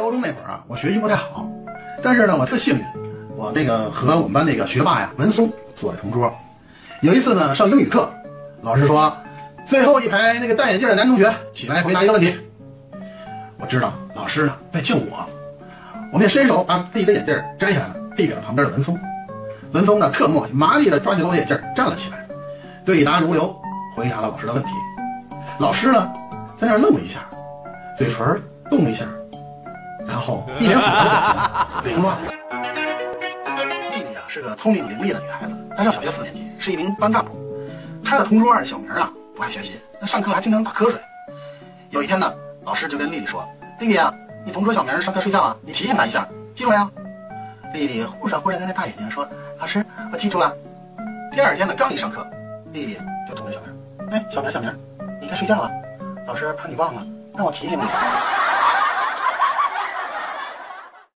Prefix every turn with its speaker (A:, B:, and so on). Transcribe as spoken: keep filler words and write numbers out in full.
A: 高中那会儿啊，我学习不太好，但是呢，我特幸运，我那个和我们班那个学霸呀文松坐在同桌。有一次呢，上英语课，老师说最后一排那个戴眼镜的男同学起来回答一个问题。我知道老师呢在救我，我便伸手把自己的眼镜摘下来了，递给了旁边的文松。文松呢特默契麻利地抓起了我的眼镜站了起来，对答如流回答了老师的问题。老师呢在那儿愣了一下，嘴唇动了一下，然后一脸复杂的表情凌乱了。丽丽啊是个聪明伶俐的女孩子，她上小学四年级，是一名班干部。她的同桌小明啊不爱学习，那上课还经常打瞌睡。有一天呢，老师就跟丽丽说：“丽丽啊，你同桌小明上课睡觉啊，你提醒他一下，记住呀。”丽丽忽闪忽闪的那大眼睛说：“老师，我记住了。”第二天呢，刚一上课，丽丽就冲着小明：“哎，小明小明，你该睡觉了，老师怕你忘了，让我提醒你。”